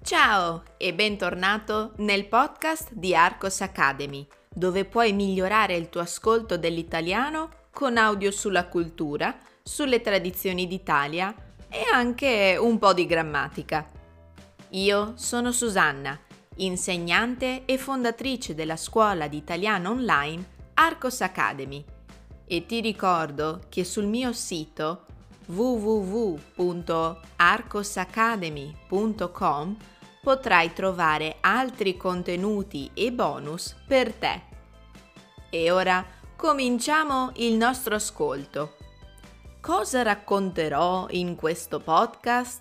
Ciao e bentornato nel podcast di Arcos Academy, dove puoi migliorare il tuo ascolto dell'italiano con audio sulla cultura, sulle tradizioni d'Italia e anche un po' di grammatica. Io sono Susanna, insegnante e fondatrice della scuola di italiano online Arcos Academy e ti ricordo che sul mio sito www.arcosacademy.com potrai trovare altri contenuti e bonus per te. E ora cominciamo il nostro ascolto. Cosa racconterò in questo podcast?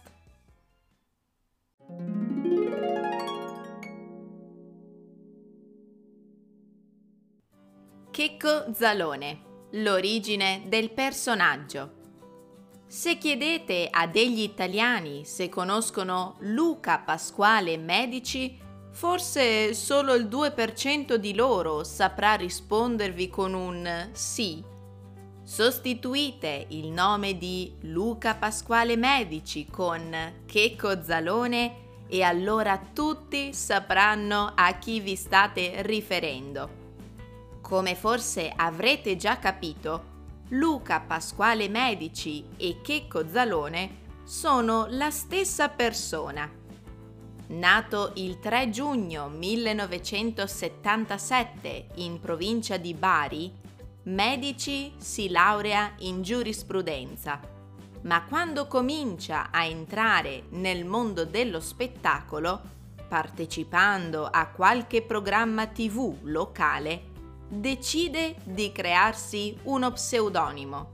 Checco Zalone, l'origine del personaggio. Se chiedete a degli italiani se conoscono Luca Pasquale Medici, forse solo il 2% di loro saprà rispondervi con un sì. Sostituite il nome di Luca Pasquale Medici con Checco Zalone e allora tutti sapranno a chi vi state riferendo. Come forse avrete già capito, Luca Pasquale Medici e Checco Zalone sono la stessa persona. Nato il 3 giugno 1977 in provincia di Bari, Medici si laurea in giurisprudenza, ma quando comincia a entrare nel mondo dello spettacolo, partecipando a qualche programma TV locale, decide di crearsi uno pseudonimo.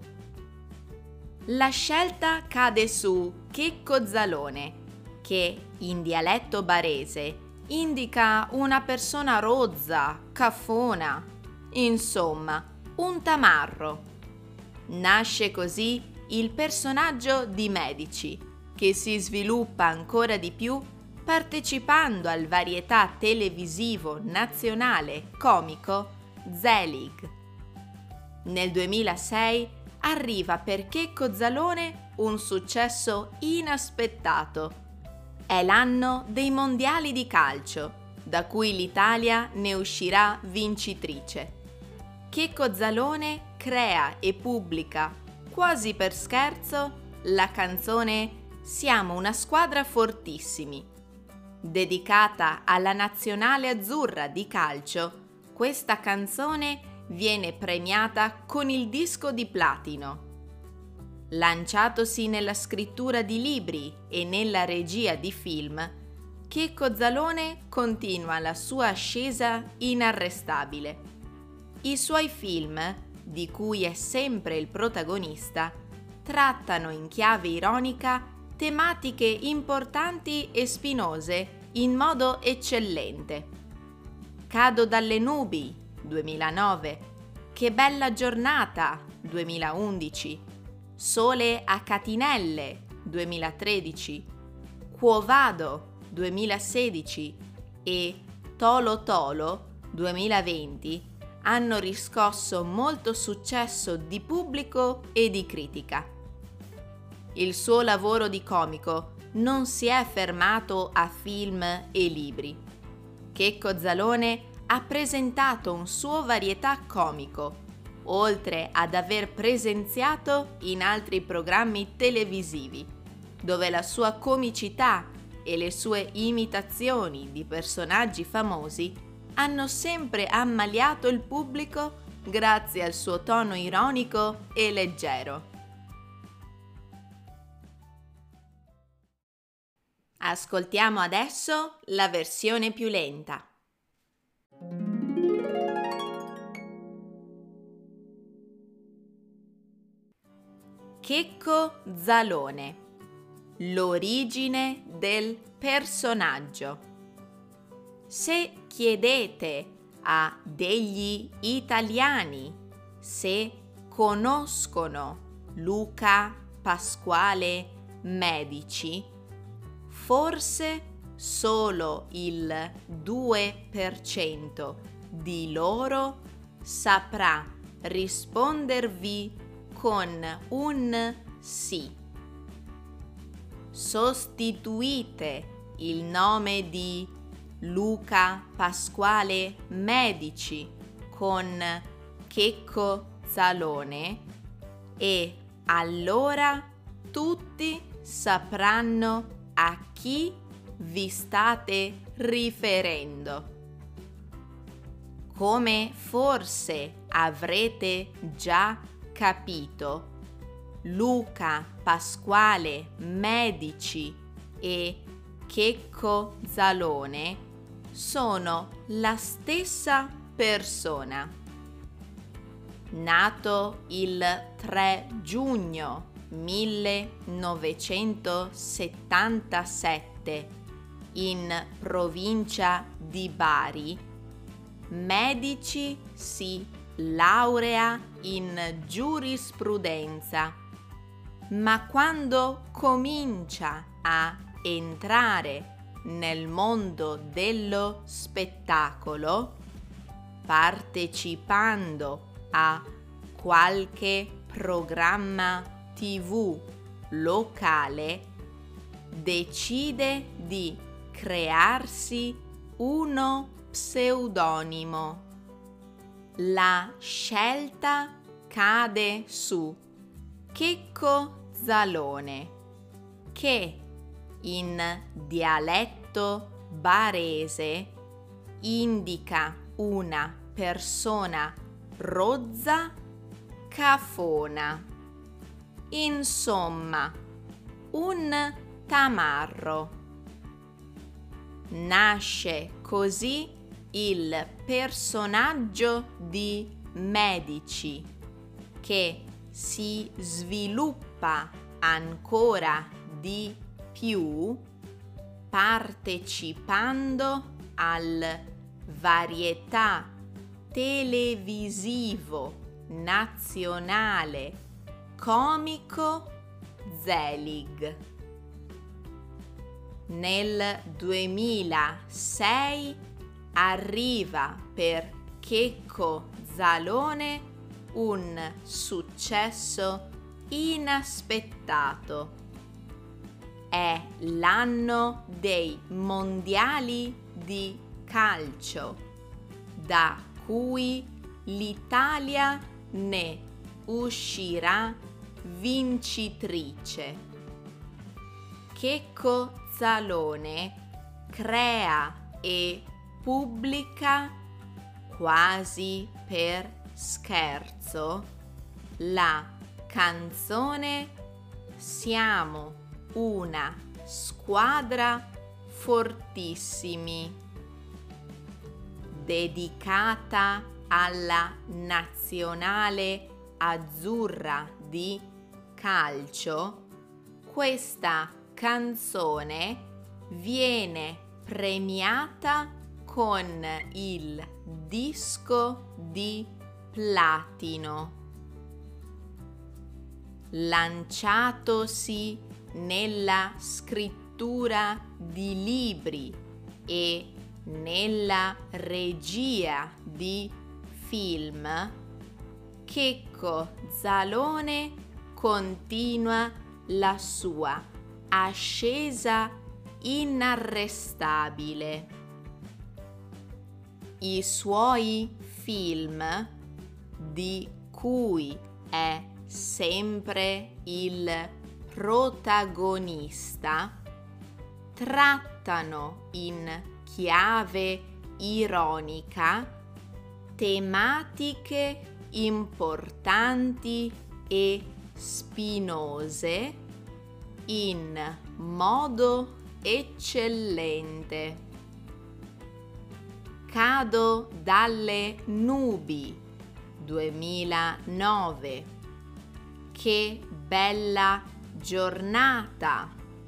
La scelta cade su Checco Zalone, che in dialetto barese indica una persona rozza, cafona, insomma, un tamarro. Nasce così il personaggio di Medici, che si sviluppa ancora di più partecipando al varietà televisivo nazionale comico Zelig. Nel 2006 arriva per Checco Zalone un successo inaspettato. È l'anno dei mondiali di calcio, da cui l'Italia ne uscirà vincitrice. Checco Zalone crea e pubblica, quasi per scherzo, la canzone Siamo una squadra fortissimi. Dedicata alla nazionale azzurra di calcio, questa canzone viene premiata con il disco di platino. Lanciatosi nella scrittura di libri e nella regia di film, Checco Zalone continua la sua ascesa inarrestabile. I suoi film, di cui è sempre il protagonista, trattano in chiave ironica tematiche importanti e spinose in modo eccellente. Cado dalle nubi, 2009, Che bella giornata, 2011, Sole a catinelle, 2013, Quo vado, 2016 e Tolo Tolo, 2020 hanno riscosso molto successo di pubblico e di critica. Il suo lavoro di comico non si è fermato a film e libri. Checco Zalone ha presentato un suo varietà comico, oltre ad aver presenziato in altri programmi televisivi, dove la sua comicità e le sue imitazioni di personaggi famosi hanno sempre ammaliato il pubblico grazie al suo tono ironico e leggero. Ascoltiamo adesso la versione più lenta. Checco Zalone, l'origine del personaggio. Se chiedete a degli italiani se conoscono Luca Pasquale Medici, forse solo il 2% di loro saprà rispondervi con un sì. Sostituite il nome di Luca Pasquale Medici con Checco Zalone e allora tutti sapranno a chi vi state riferendo. Come forse avrete già capito, Luca Pasquale Medici e Checco Zalone sono la stessa persona. Nato il 3 giugno 1977 in provincia di Bari, Medici si laurea in giurisprudenza, ma quando comincia a entrare nel mondo dello spettacolo, partecipando a qualche programma TV locale, decide di crearsi uno pseudonimo. La scelta cade su Checco Zalone, che in dialetto barese indica una persona rozza, cafona. Insomma, un tamarro. Nasce così il personaggio di Medici, che si sviluppa ancora di più partecipando al varietà televisivo nazionale comico Zelig. Nel 2006 arriva per Checco Zalone un successo inaspettato. È l'anno dei mondiali di calcio, da cui l'Italia ne uscirà vincitrice. Checco Zalone crea e pubblica, quasi per scherzo, la canzone Siamo una squadra fortissimi, dedicata alla nazionale azzurra di calcio. Questa canzone viene premiata con il disco di platino. Lanciatosi nella scrittura di libri e nella regia di film, Checco Zalone continua la sua ascesa inarrestabile. I suoi film, di cui è sempre il protagonista, trattano in chiave ironica tematiche importanti e spinose in modo eccellente. Cado dalle nubi 2009, Che bella giornata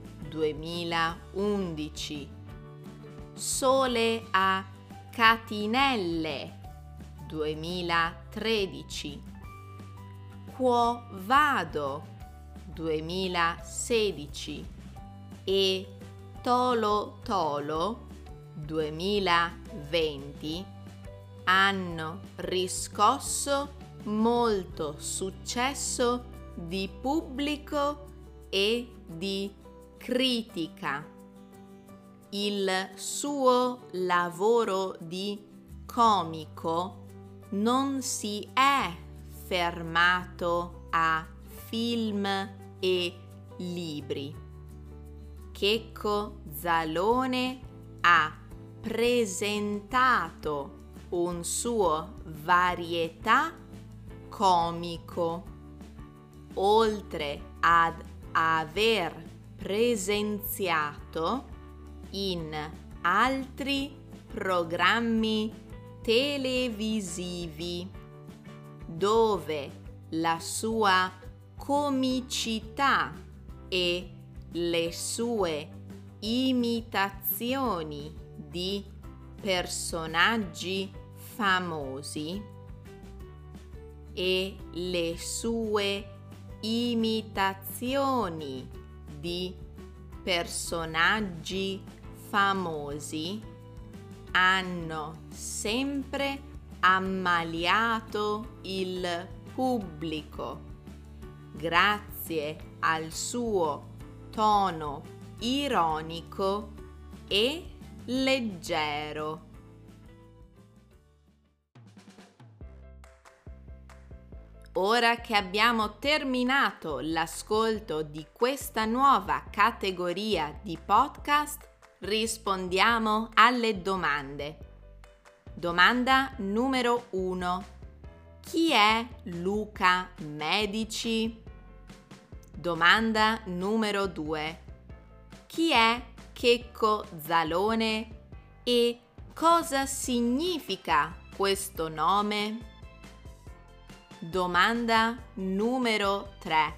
2011, Sole a catinelle 2013, Quo vado 2016 e Tolo Tolo 2020 hanno riscosso molto successo di pubblico e di critica. il suo lavoro di comico non si è fermato a film e libri. Checco Zalone ha presentato un suo varietà comico, oltre ad aver presenziato in altri programmi televisivi dove la sua comicità e le sue imitazioni di personaggi famosi e le sue imitazioni di personaggi famosi hanno sempre ammaliato il pubblico grazie al suo tono ironico e leggero. Ora che abbiamo terminato l'ascolto di questa nuova categoria di podcast, rispondiamo alle domande. Domanda numero 1. Chi è Luca Medici? Domanda numero 2. Chi è Checco Zalone e cosa significa questo nome? Domanda numero 3.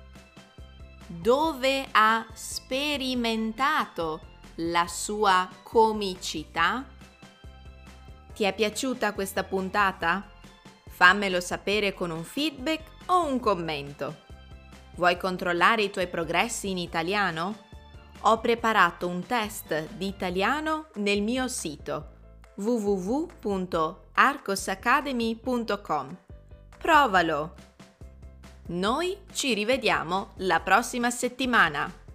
Dove ha sperimentato la sua comicità? Ti è piaciuta questa puntata? Fammelo sapere con un feedback o un commento. Vuoi controllare i tuoi progressi in italiano? Ho preparato un test di italiano nel mio sito www.arcosacademy.com. Provalo! Noi ci rivediamo la prossima settimana.